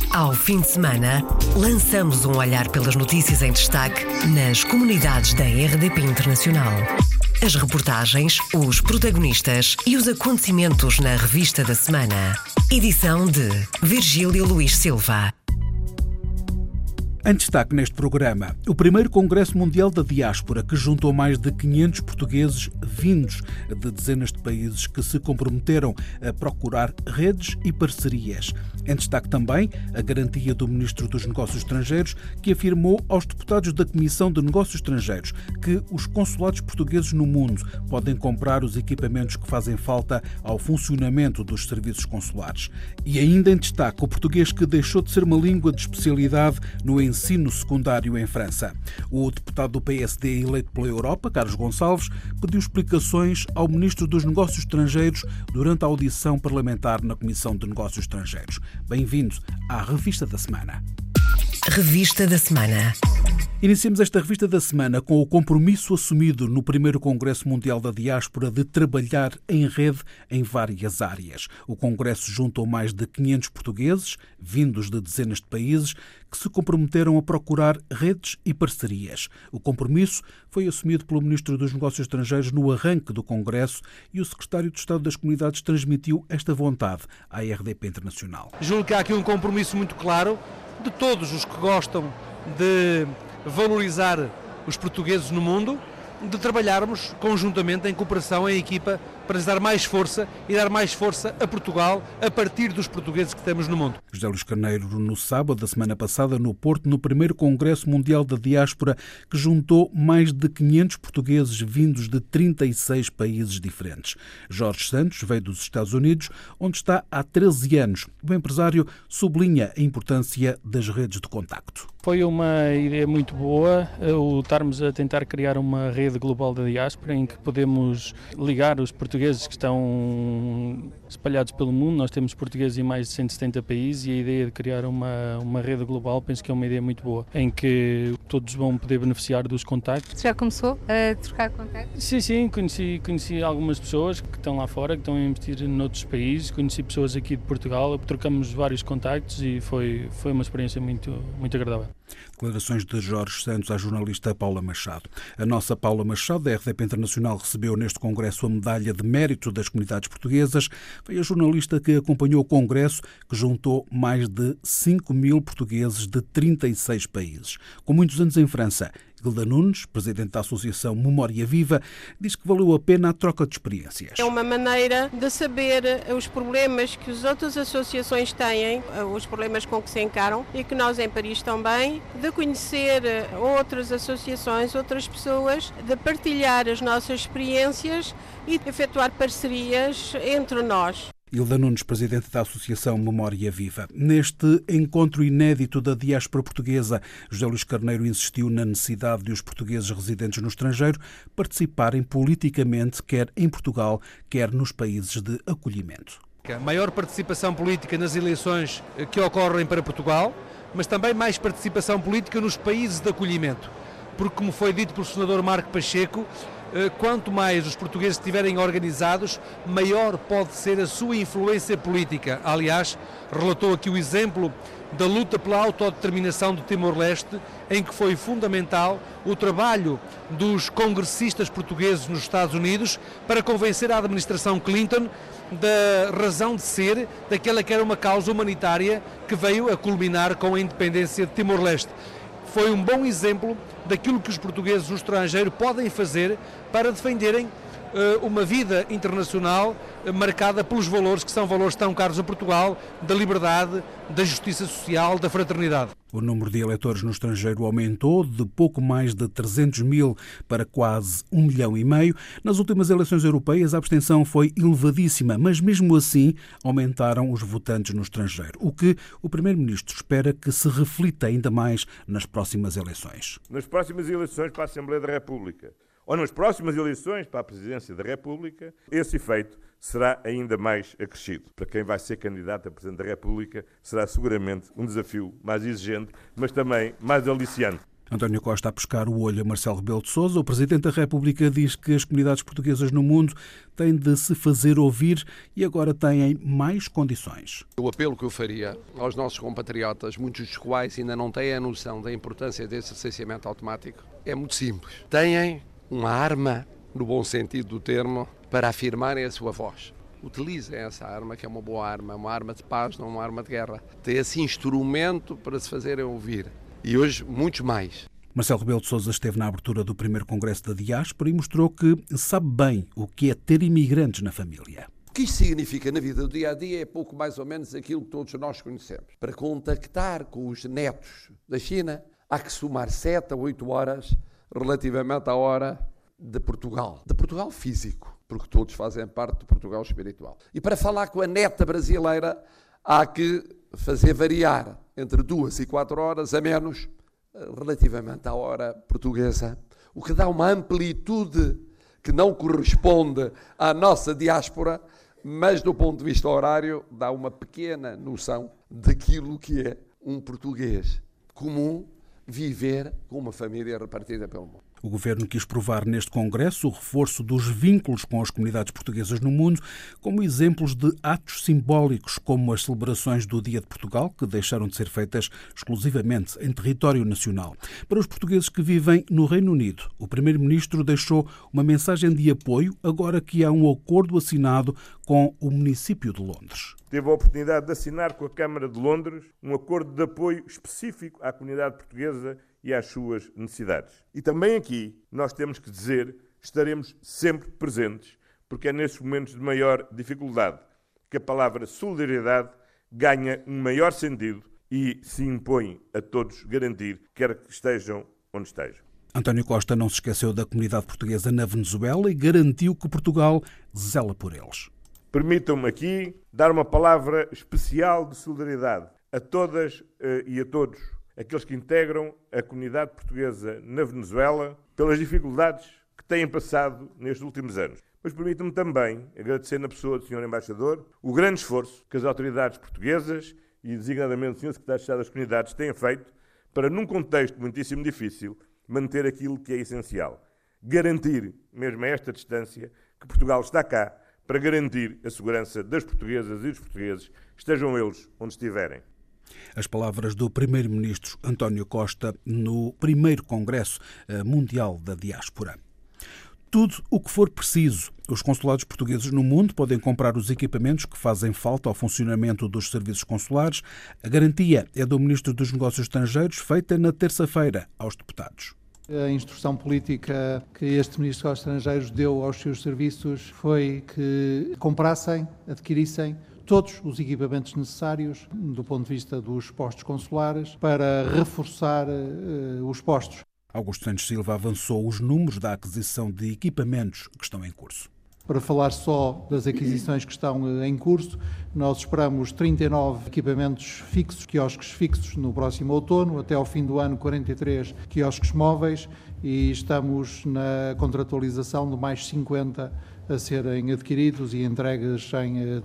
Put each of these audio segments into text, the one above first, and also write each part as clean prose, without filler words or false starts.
Ao fim de semana, lançamos um olhar pelas notícias em destaque nas comunidades da RDP Internacional. As reportagens, os protagonistas e os acontecimentos na revista da semana. Edição de Virgílio Luís Silva. Em destaque neste programa, o primeiro Congresso Mundial da Diáspora, que juntou mais de 500 portugueses vindos de dezenas de países que se comprometeram a procurar redes e parcerias. Em destaque também a garantia do Ministro dos Negócios Estrangeiros, que afirmou aos deputados da Comissão de Negócios Estrangeiros que os consulados portugueses no mundo podem comprar os equipamentos que fazem falta ao funcionamento dos serviços consulares. E ainda em destaque o português que deixou de ser uma língua de especialidade no ensino secundário em França. O deputado do PSD eleito pela Europa, Carlos Gonçalves, pediu explicações ao Ministro dos Negócios Estrangeiros durante a audição parlamentar na Comissão de Negócios Estrangeiros. Bem-vindo à Revista da Semana. Revista da Semana. Iniciamos esta Revista da Semana com o compromisso assumido no primeiro Congresso Mundial da Diáspora de trabalhar em rede em várias áreas. O Congresso juntou mais de 500 portugueses, vindos de dezenas de países, que se comprometeram a procurar redes e parcerias. O compromisso foi assumido pelo Ministro dos Negócios Estrangeiros no arranque do Congresso e o Secretário de Estado das Comunidades transmitiu esta vontade à RDP Internacional. Julgo que há aqui um compromisso muito claro de todos os que gostam de valorizar os portugueses no mundo, de trabalharmos conjuntamente em cooperação, em equipa, para lhes dar mais força e dar mais força a Portugal a partir dos portugueses que temos no mundo. José Luís Carneiro, no sábado da semana passada, no Porto, no primeiro Congresso Mundial da Diáspora, que juntou mais de 500 portugueses vindos de 36 países diferentes. Jorge Santos veio dos Estados Unidos, onde está há 13 anos. O empresário sublinha a importância das redes de contacto. Foi uma ideia muito boa o estarmos a tentar criar uma rede global da diáspora em que podemos ligar os portugueses que estão espalhados pelo mundo. Nós temos portugueses em mais de 170 países e a ideia de criar uma rede global penso que é uma ideia muito boa, em que todos vão poder beneficiar dos contactos. Já começou a trocar contactos? Sim, conheci algumas pessoas que estão lá fora, que estão a investir noutros países, conheci pessoas aqui de Portugal, trocamos vários contactos e foi uma experiência muito agradável. Declarações de Jorge Santos à jornalista Paula Machado. A nossa Paula Machado, da RDP Internacional, recebeu neste Congresso a medalha de mérito das comunidades portuguesas. Foi a jornalista que acompanhou o Congresso, que juntou mais de 5.000 portugueses de 36 países. Com muitos anos em França, Hilda Nunes, presidente da Associação Memória Viva, diz que valeu a pena a troca de experiências. É uma maneira de saber os problemas que as outras associações têm, os problemas com que se encaram e que nós em Paris também, de conhecer outras associações, outras pessoas, de partilhar as nossas experiências e de efetuar parcerias entre nós. Hilda Nunes, presidente da Associação Memória Viva. Neste encontro inédito da diáspora portuguesa, José Luís Carneiro insistiu na necessidade de os portugueses residentes no estrangeiro participarem politicamente, quer em Portugal, quer nos países de acolhimento. Maior participação política nas eleições que ocorrem para Portugal, mas também mais participação política nos países de acolhimento. Porque, como foi dito pelo senador Marco Pacheco, quanto mais os portugueses estiverem organizados, maior pode ser a sua influência política. Aliás, relatou aqui o exemplo da luta pela autodeterminação do Timor-Leste, em que foi fundamental o trabalho dos congressistas portugueses nos Estados Unidos para convencer a administração Clinton da razão de ser daquela que era uma causa humanitária que veio a culminar com a independência de Timor-Leste. Foi um bom exemplo daquilo que os portugueses no estrangeiro podem fazer para defenderem uma vida internacional marcada pelos valores que são valores tão caros a Portugal, da liberdade, da justiça social, da fraternidade. O número de eleitores no estrangeiro aumentou de pouco mais de 300 mil para quase 1,5 milhão. Nas últimas eleições europeias, a abstenção foi elevadíssima, mas mesmo assim aumentaram os votantes no estrangeiro, o que o Primeiro-Ministro espera que se reflita ainda mais nas próximas eleições. Nas próximas eleições para a Assembleia da República ou nas próximas eleições para a Presidência da República, esse efeito será ainda mais acrescido. Para quem vai ser candidato a Presidente da República, será seguramente um desafio mais exigente, mas também mais aliciante. António Costa a pescar o olho a Marcelo Rebelo de Sousa. O Presidente da República diz que as comunidades portuguesas no mundo têm de se fazer ouvir e agora têm mais condições. O apelo que eu faria aos nossos compatriotas, muitos dos quais ainda não têm a noção da importância desse licenciamento automático, é muito simples. Têm uma arma, no bom sentido do termo, para afirmarem a sua voz. Utilizem essa arma, que é uma boa arma, uma arma de paz, não uma arma de guerra. Tem esse instrumento para se fazerem ouvir. E hoje, muitos mais. Marcelo Rebelo de Sousa esteve na abertura do primeiro congresso da diáspora e mostrou que sabe bem o que é ter imigrantes na família. O que isto significa na vida do dia-a-dia é pouco mais ou menos aquilo que todos nós conhecemos. Para contactar com os netos da China, há que somar 7 a 8 horas relativamente à hora de Portugal. De Portugal físico, porque todos fazem parte de Portugal espiritual. E para falar com a neta brasileira, há que fazer variar entre 2 e 4 horas a menos relativamente à hora portuguesa, o que dá uma amplitude que não corresponde à nossa diáspora, mas do ponto de vista horário dá uma pequena noção daquilo que é um português comum viver com uma família repartida pelo mundo. O Governo quis provar neste Congresso o reforço dos vínculos com as comunidades portuguesas no mundo, como exemplos de atos simbólicos, como as celebrações do Dia de Portugal, que deixaram de ser feitas exclusivamente em território nacional. Para os portugueses que vivem no Reino Unido, o Primeiro-Ministro deixou uma mensagem de apoio, agora que há um acordo assinado com o município de Londres. Teve a oportunidade de assinar com a Câmara de Londres um acordo de apoio específico à comunidade portuguesa e às suas necessidades. E também aqui nós temos que dizer, estaremos sempre presentes, porque é nesses momentos de maior dificuldade que a palavra solidariedade ganha um maior sentido e se impõe a todos garantir, quer que estejam onde estejam. António Costa não se esqueceu da comunidade portuguesa na Venezuela e garantiu que Portugal zela por eles. Permitam-me aqui dar uma palavra especial de solidariedade a todas e a todos aqueles que integram a comunidade portuguesa na Venezuela pelas dificuldades que têm passado nestes últimos anos. Mas permitam-me também agradecer na pessoa do Sr. Embaixador o grande esforço que as autoridades portuguesas e designadamente o Sr. Secretário de Estado das Comunidades têm feito para, num contexto muitíssimo difícil, manter aquilo que é essencial. Garantir, mesmo a esta distância, que Portugal está cá para garantir a segurança das portuguesas e dos portugueses, estejam eles onde estiverem. As palavras do Primeiro-Ministro António Costa no primeiro Congresso Mundial da Diáspora. Tudo o que for preciso. Os consulados portugueses no mundo podem comprar os equipamentos que fazem falta ao funcionamento dos serviços consulares. A garantia é do Ministro dos Negócios Estrangeiros, feita na terça-feira aos deputados. A instrução política que este Ministro dos Estrangeiros deu aos seus serviços foi que comprassem, adquirissem todos os equipamentos necessários do ponto de vista dos postos consulares para reforçar os postos. Augusto Santos Silva avançou os números da aquisição de equipamentos que estão em curso. Para falar só das aquisições que estão em curso, nós esperamos 39 equipamentos fixos, quiosques fixos no próximo outono, até ao fim do ano 43 quiosques móveis e estamos na contratualização de mais 50 a serem adquiridos e entregues em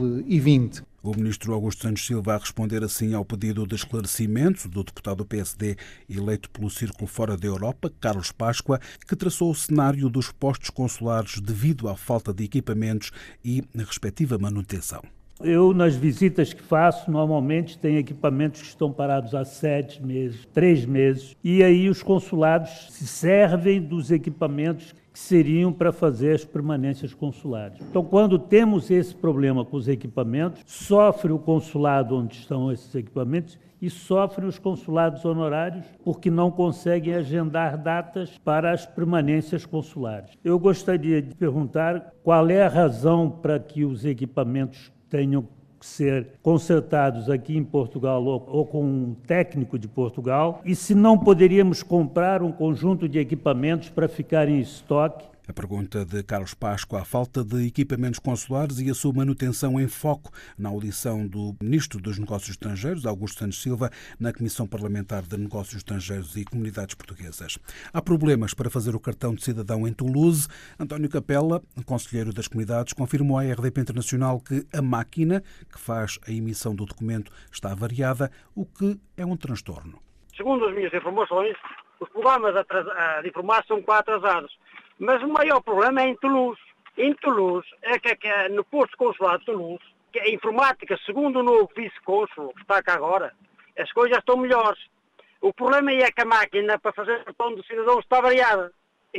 2020. O ministro Augusto Santos Silva a responder assim ao pedido de esclarecimento do deputado do PSD eleito pelo Círculo Fora da Europa, Carlos Páscoa, que traçou o cenário dos postos consulares devido à falta de equipamentos e a respectiva manutenção. Eu, nas visitas que faço, normalmente tem equipamentos que estão parados há 7 meses, 3 meses, e aí os consulados se servem dos equipamentos que seriam para fazer as permanências consulares. Então, quando temos esse problema com os equipamentos, sofre o consulado onde estão esses equipamentos e sofrem os consulados honorários porque não conseguem agendar datas para as permanências consulares. Eu gostaria de perguntar qual é a razão para que os equipamentos tenham que ser consertados aqui em Portugal ou com um técnico de Portugal e se não poderíamos comprar um conjunto de equipamentos para ficar em estoque. A pergunta de Carlos Páscoa, a falta de equipamentos consulares e a sua manutenção em foco na audição do Ministro dos Negócios Estrangeiros, Augusto Santos Silva, na Comissão Parlamentar de Negócios Estrangeiros e Comunidades Portuguesas. Há problemas para fazer o cartão de cidadão em Toulouse. António Capella, conselheiro das comunidades, confirmou à RDP Internacional que a máquina que faz a emissão do documento está avariada, o que é um transtorno. Segundo as minhas informações, os programas de informação são atrasados. Mas o maior problema é em Toulouse. Em Toulouse, no posto consulado de Toulouse, que a informática, segundo o novo vice-cônsul que está cá agora, as coisas estão melhores. O problema é que a máquina para fazer o cartão do cidadão está variada.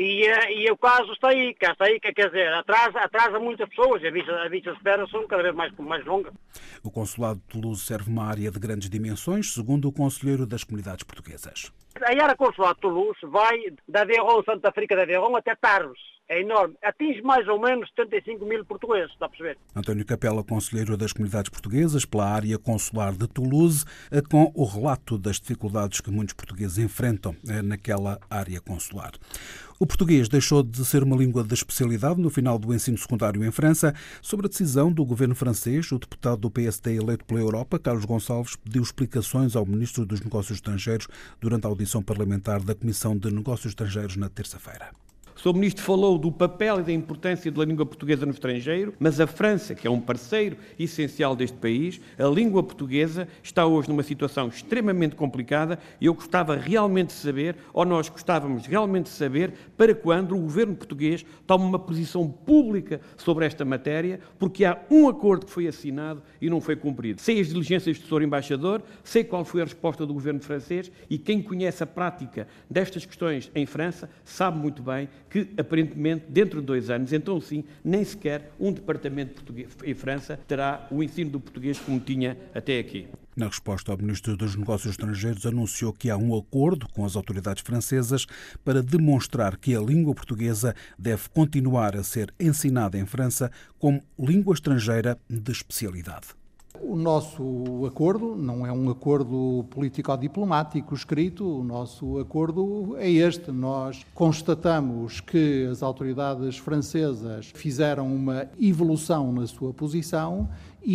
E o caso está aí, quer dizer, atrasa muitas pessoas, as vistas de espera são cada vez mais longas. O Consulado de Toulouse serve uma área de grandes dimensões, segundo o Conselheiro das Comunidades Portuguesas. A área Consulado de Toulouse vai da Aveyron, Santa Frica de Aveyron, até Tarbes. É enorme. Atinge mais ou menos 75 mil portugueses, está a perceber? António Capela, Conselheiro das Comunidades Portuguesas, pela área consular de Toulouse, com o relato das dificuldades que muitos portugueses enfrentam naquela área consular. O português deixou de ser uma língua de especialidade no final do ensino secundário em França. Sobre a decisão do governo francês, o deputado do PSD eleito pela Europa, Carlos Gonçalves, pediu explicações ao Ministro dos Negócios Estrangeiros durante a audição parlamentar da Comissão de Negócios Estrangeiros na terça-feira. O Sr. Ministro falou do papel e da importância da língua portuguesa no estrangeiro, mas a França, que é um parceiro essencial deste país, a língua portuguesa está hoje numa situação extremamente complicada e eu gostava realmente de saber, ou nós gostávamos realmente de saber, para quando o governo português toma uma posição pública sobre esta matéria, porque há um acordo que foi assinado e não foi cumprido. Sei as diligências do Sr. Embaixador, sei qual foi a resposta do governo francês e quem conhece a prática destas questões em França sabe muito bem que, aparentemente, dentro de 2 anos, então sim, nem sequer um departamento português em França terá o ensino do português como tinha até aqui. Na resposta, o Ministro dos Negócios Estrangeiros anunciou que há um acordo com as autoridades francesas para demonstrar que a língua portuguesa deve continuar a ser ensinada em França como língua estrangeira de especialidade. O nosso acordo não é um acordo político-diplomático escrito, o nosso acordo é este. Nós constatamos que as autoridades francesas fizeram uma evolução na sua posição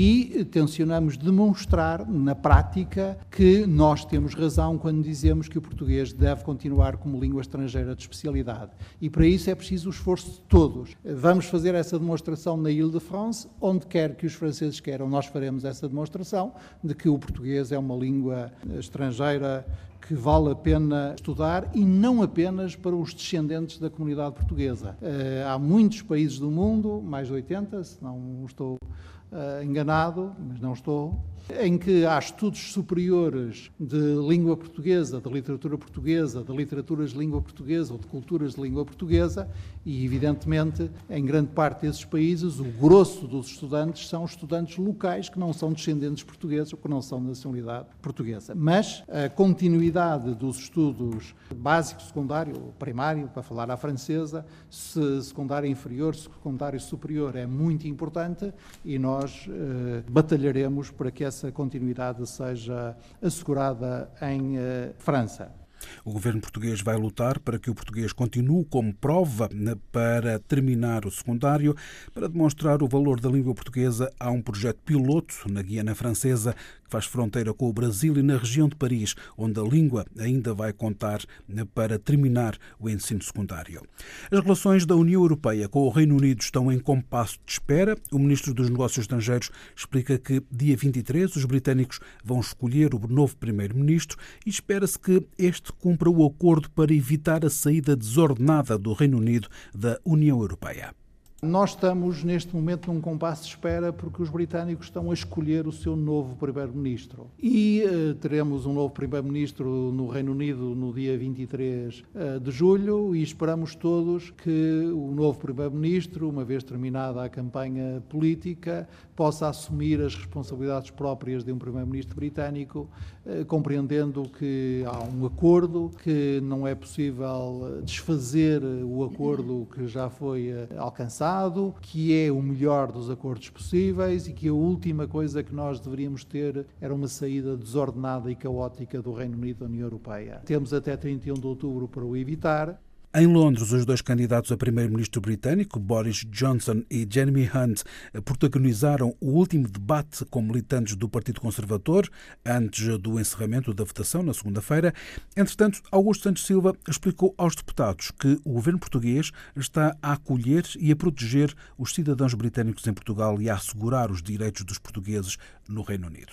e tencionamos demonstrar na prática que nós temos razão quando dizemos que o português deve continuar como língua estrangeira de especialidade. E para isso é preciso o esforço de todos. Vamos fazer essa demonstração na Île-de-France, onde quer que os franceses queiram, nós faremos essa demonstração de que o português é uma língua estrangeira que vale a pena estudar e não apenas para os descendentes da comunidade portuguesa. Há muitos países do mundo, mais de 80, se não estou enganado, mas não estou, em que há estudos superiores de língua portuguesa, de literatura portuguesa, de literaturas de língua portuguesa ou de culturas de língua portuguesa e, evidentemente, em grande parte desses países, o grosso dos estudantes são estudantes locais que não são descendentes portugueses ou que não são de nacionalidade portuguesa. Mas a continuidade dos estudos básico, secundário, primário, para falar à francesa, secundário inferior, secundário superior é muito importante e nós batalharemos para que essa continuidade seja assegurada em França. O governo português vai lutar para que o português continue como prova para terminar o secundário. Para demonstrar o valor da língua portuguesa, há um projeto piloto na Guiana Francesa que faz fronteira com o Brasil e na região de Paris, onde a língua ainda vai contar para terminar o ensino secundário. As relações da União Europeia com o Reino Unido estão em compasso de espera. O Ministro dos Negócios Estrangeiros explica que, dia 23, os britânicos vão escolher o novo Primeiro-Ministro e espera-se que este cumpra o acordo para evitar a saída desordenada do Reino Unido da União Europeia. Nós estamos, neste momento, num compasso de espera porque os britânicos estão a escolher o seu novo Primeiro-Ministro. E teremos um novo Primeiro-Ministro no Reino Unido no dia 23 de julho e esperamos todos que o novo Primeiro-Ministro, uma vez terminada a campanha política, possa assumir as responsabilidades próprias de um Primeiro-Ministro britânico, compreendendo que há um acordo, que não é possível desfazer o acordo que já foi alcançado, que é o melhor dos acordos possíveis e que a última coisa que nós deveríamos ter era uma saída desordenada e caótica do Reino Unido da União Europeia. Temos até 31 de outubro para o evitar. Em Londres, os dois candidatos a primeiro-ministro britânico, Boris Johnson e Jeremy Hunt, protagonizaram o último debate com militantes do Partido Conservador antes do encerramento da votação na segunda-feira. Entretanto, Augusto Santos Silva explicou aos deputados que o governo português está a acolher e a proteger os cidadãos britânicos em Portugal e a assegurar os direitos dos portugueses no Reino Unido.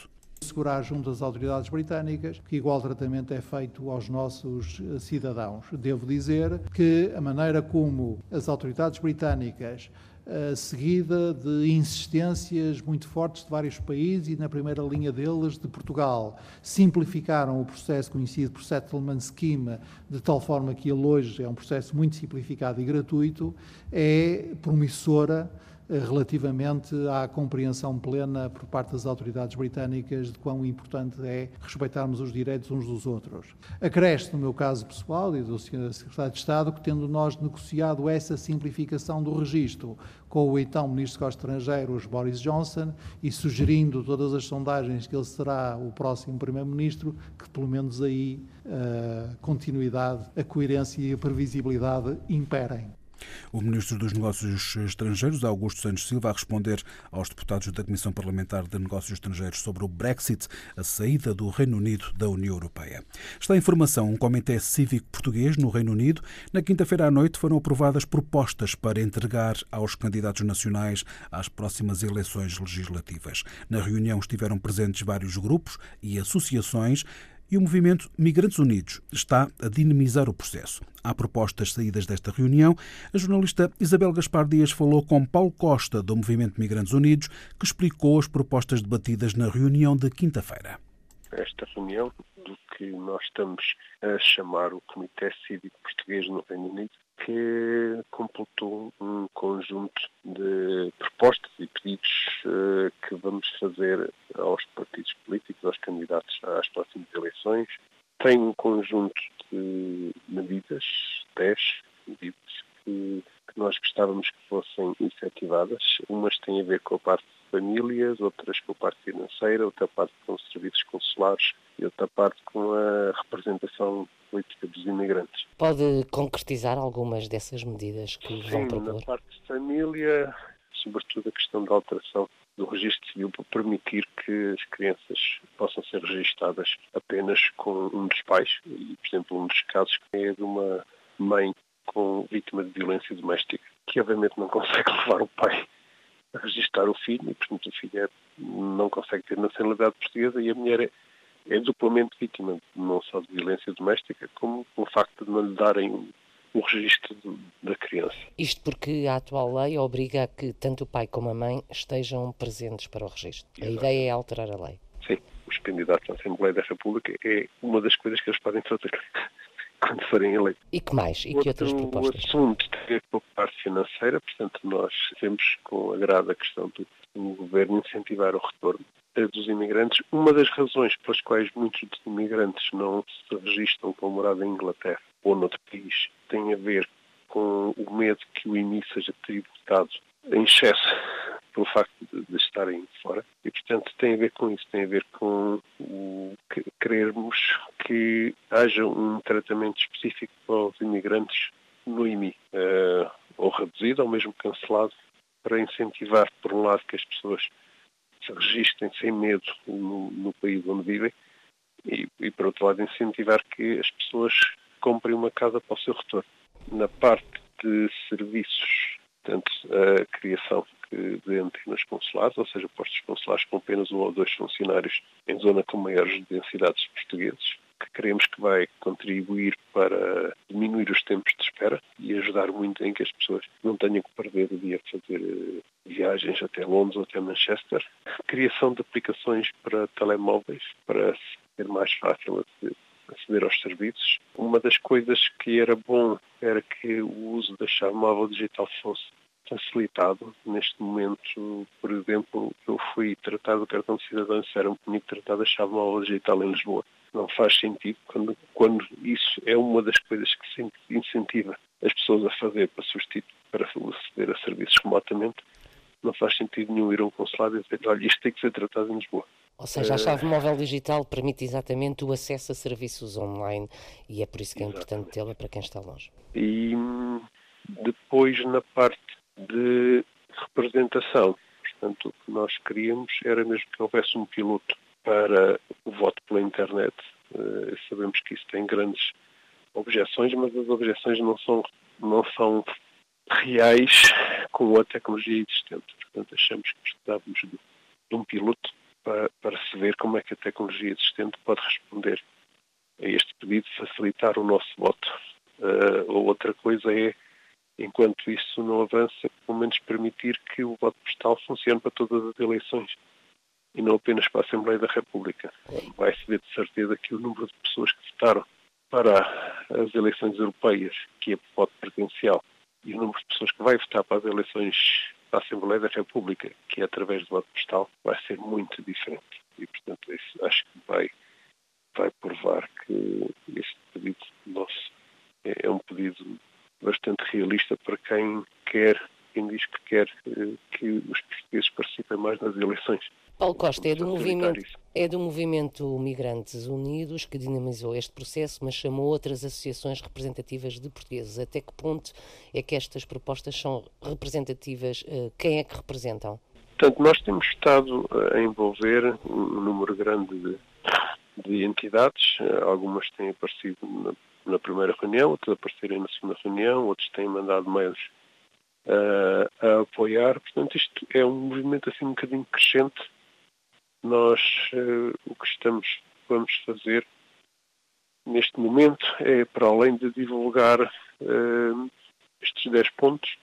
assegurar junto às autoridades britânicas que igual tratamento é feito aos nossos cidadãos. Devo dizer que a maneira como as autoridades britânicas, seguida de insistências muito fortes de vários países e na primeira linha deles de Portugal, simplificaram o processo conhecido por Settlement Scheme, de tal forma que ele hoje é um processo muito simplificado e gratuito, é promissora relativamente à compreensão plena por parte das autoridades britânicas de quão importante é respeitarmos os direitos uns dos outros. Acresce, no meu caso pessoal e do Sr. Secretário de Estado, que tendo nós negociado essa simplificação do registro com o então Ministro dos Estrangeiros, Boris Johnson, e sugerindo todas as sondagens que ele será o próximo Primeiro-Ministro, que pelo menos aí a continuidade, a coerência e a previsibilidade imperem. O Ministro dos Negócios Estrangeiros, Augusto Santos Silva, a responder aos deputados da Comissão Parlamentar de Negócios Estrangeiros sobre o Brexit, a saída do Reino Unido da União Europeia. Está em formação um comitê cívico português no Reino Unido. Na quinta-feira à noite foram aprovadas propostas para entregar aos candidatos nacionais às próximas eleições legislativas. Na reunião estiveram presentes vários grupos e associações, e o movimento Migrantes Unidos está a dinamizar o processo. Há propostas saídas desta reunião. A jornalista Isabel Gaspar Dias falou com Paulo Costa, do movimento Migrantes Unidos, que explicou as propostas debatidas na reunião de quinta-feira. Esta reunião do que nós estamos a chamar o Comitê Cívico Português no Reino Unido, que completou um conjunto de propostas e pedidos que vamos fazer aos partidos políticos, aos candidatos às próximas eleições. Tem um conjunto de medidas, 10 medidas, que nós gostávamos que fossem efetivadas. Umas têm a ver com a parte de famílias, outras com a parte financeira, outra parte com os serviços consulares e outra parte com a representação política dos imigrantes. Pode concretizar algumas dessas medidas que vão propor? Na parte de família, sobretudo a questão da alteração do registro civil para permitir que as crianças possam ser registadas apenas com um dos pais. E, por exemplo, um dos casos é de uma mãe com vítima de violência doméstica, que obviamente não consegue levar o pai a registrar o filho e, portanto, o filho não consegue ter nacionalidade portuguesa e a mulher é duplamente vítima, não só de violência doméstica, como pelo facto de não lhe darem o registro da criança. Isto porque a atual lei obriga a que tanto o pai como a mãe estejam presentes para o registro. Exato. A ideia é alterar a lei. Sim, os candidatos à Assembleia da República é uma das coisas que eles podem fazer quando forem eleitos. E que mais? E que outras propostas? O assunto tem a ver com a parte financeira, portanto nós temos com agrado a questão do governo incentivar o retorno dos imigrantes. Uma das razões pelas quais muitos dos imigrantes não se registram com morada em Inglaterra ou noutro país tem a ver com o medo que o IMI seja tributado em excesso pelo facto de estarem fora. E, portanto, tem a ver com isso, tem a ver com querermos que haja um tratamento específico para os imigrantes no IMI, ou reduzido ou mesmo cancelado, para incentivar, por um lado, que as pessoas se registrem sem medo no país onde vivem e, por outro lado, incentivar que as pessoas comprem uma casa para o seu retorno. Na parte de serviços, portanto, a criação de antenas consulares, ou seja, postos consulares com apenas 1 ou 2 funcionários em zona com maiores densidades de portugueses, que queremos que vai contribuir para diminuir os tempos de espera e ajudar muito em que as pessoas não tenham que perder o dia a fazer viagens até Londres ou até Manchester. Criação de aplicações para telemóveis para ser mais fácil aceder aos serviços. Uma das coisas que era bom era que o uso da chave móvel digital fosse facilitado. Neste momento, por exemplo, eu fui tratar do cartão de cidadão e disseram que tinha que tratar da chave móvel digital em Lisboa. Não faz sentido quando isso é uma das coisas que se incentiva as pessoas a fazer para aceder a serviços remotamente. Não faz sentido nenhum ir a um consulado e dizer, olha, isto tem que ser tratado em Lisboa. Ou seja, a chave móvel digital permite exatamente o acesso a serviços online e é por isso que é importante tê-la para quem está longe. E depois, na parte de representação, portanto, o que nós queríamos era mesmo que houvesse um piloto para o voto pela internet. Sabemos que isso tem grandes objeções, mas as objeções não são reais com a tecnologia existente. Portanto, achamos que precisávamos de um piloto para se ver como é que a tecnologia existente pode responder a este pedido de facilitar o nosso voto. Outra coisa é, enquanto isso não avança, pelo menos permitir que o voto postal funcione para todas as eleições e não apenas para a Assembleia da República. Vai-se ver de certeza que o número de pessoas que votaram para as eleições europeias, que é voto presencial, e o número de pessoas que vai votar para as eleições da Assembleia da República, que é através do voto postal, vai ser muito diferente. E, portanto, isso acho que vai provar que este pedido nosso é um pedido bastante realista para quem diz que quer que os portugueses participem mais nas eleições. Paulo Costa é do movimento Migrantes Unidos, que dinamizou este processo, mas chamou outras associações representativas de portugueses. Até que ponto é que estas propostas são representativas? Quem é que representam? Portanto, nós temos estado a envolver um número grande de entidades. Algumas têm aparecido na primeira reunião, outras aparecerem na segunda reunião, outros têm mandado mails a apoiar. Portanto, isto é um movimento assim um bocadinho crescente. Nós, o que vamos fazer neste momento é, para além de divulgar estes 10 pontos,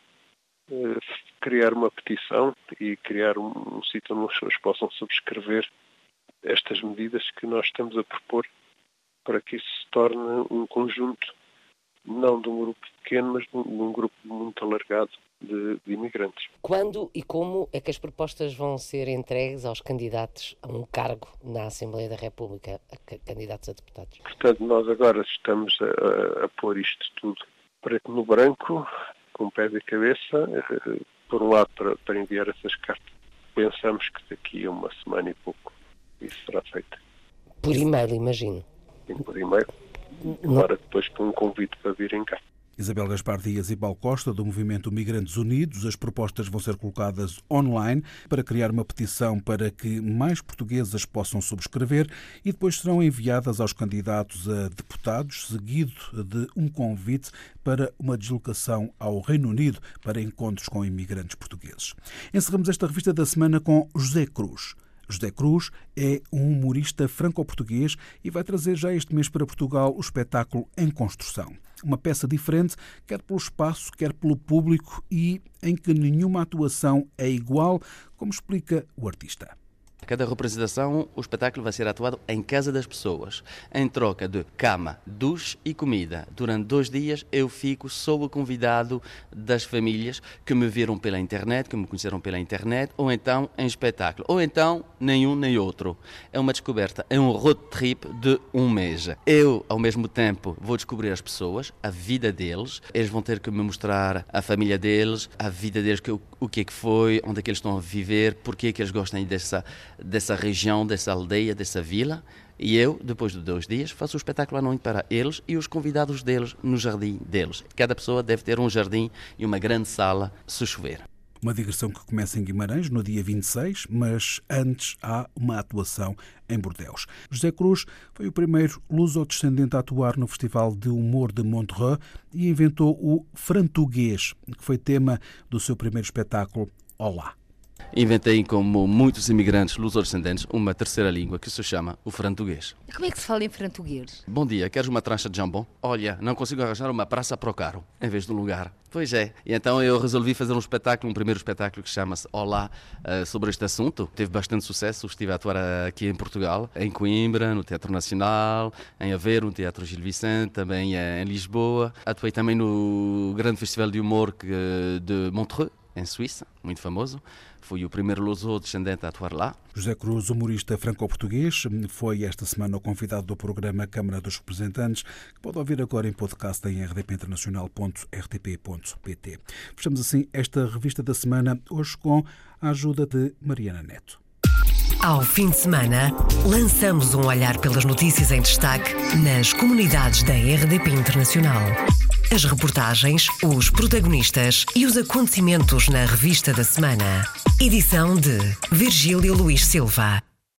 criar uma petição e criar um sítio onde as pessoas possam subscrever estas medidas que nós estamos a propor, para que isso se torne um conjunto, não de um grupo pequeno, mas de um grupo muito alargado de imigrantes. Quando e como é que as propostas vão ser entregues aos candidatos a um cargo na Assembleia da República, candidatos a deputados? Portanto, nós agora estamos a pôr isto tudo preto no branco, com pés e cabeça, por um lado para enviar essas cartas. Pensamos que daqui a uma semana e pouco isso será feito. Por e-mail, imagino. Sim, por e-mail. Agora depois com um convite para virem cá. Isabel Gaspar Dias e Paulo Costa, do movimento Migrantes Unidos. As propostas vão ser colocadas online para criar uma petição para que mais portuguesas possam subscrever e depois serão enviadas aos candidatos a deputados, seguido de um convite para uma deslocação ao Reino Unido para encontros com imigrantes portugueses. Encerramos esta revista da semana com José Cruz. José Cruz é um humorista franco-português e vai trazer já este mês para Portugal o espetáculo Em Construção. Uma peça diferente, quer pelo espaço, quer pelo público e em que nenhuma atuação é igual, como explica o artista. Cada representação, o espetáculo vai ser atuado em casa das pessoas, em troca de cama, duche e comida. Durante 2 dias eu fico sob o convidado das famílias que me viram pela internet, que me conheceram pela internet, ou então em espetáculo, ou então nenhum nem outro. É uma descoberta, é um road trip de 1 mês. Eu, ao mesmo tempo, vou descobrir as pessoas, a vida deles. Eles vão ter que me mostrar a família deles, a vida deles, o que é que foi, onde é que eles estão a viver, porque é que eles gostam dessa região, dessa aldeia, dessa vila. E eu, depois de 2 dias, faço o espetáculo à noite para eles e os convidados deles no jardim deles. Cada pessoa deve ter um jardim e uma grande sala, se chover. Uma digressão que começa em Guimarães, no dia 26, mas antes há uma atuação em Bordeaux. José Cruz foi o primeiro luso-descendente a atuar no Festival de Humor de Montreux e inventou o frantuguês, que foi tema do seu primeiro espetáculo, Olá. Inventei, como muitos imigrantes luso-descendentes, uma terceira língua que se chama o frantuguês. E como é que se fala em frantuguês? Bom dia, queres uma trancha de jambon? Olha, não consigo arranjar uma praça para o carro, em vez de um lugar. Pois é, e então eu resolvi fazer um primeiro espetáculo que chama-se Olá, sobre este assunto. Teve bastante sucesso, estive a atuar aqui em Portugal, em Coimbra, no Teatro Nacional, em Aveiro, no Teatro Gil Vicente, também em Lisboa. Atuei também no grande festival de humor de Montreux, em Suíça, muito famoso. Fui o primeiro luso-descendente a atuar lá. José Cruz, humorista franco-português, foi esta semana o convidado do programa Câmara dos Representantes, que pode ouvir agora em podcast em rdpinternacional.rtp.pt. Fechamos assim esta revista da semana, hoje com a ajuda de Mariana Neto. Ao fim de semana, lançamos um olhar pelas notícias em destaque nas comunidades da RDP Internacional. As reportagens, os protagonistas e os acontecimentos na revista da semana. Edição de Virgílio Luís Silva.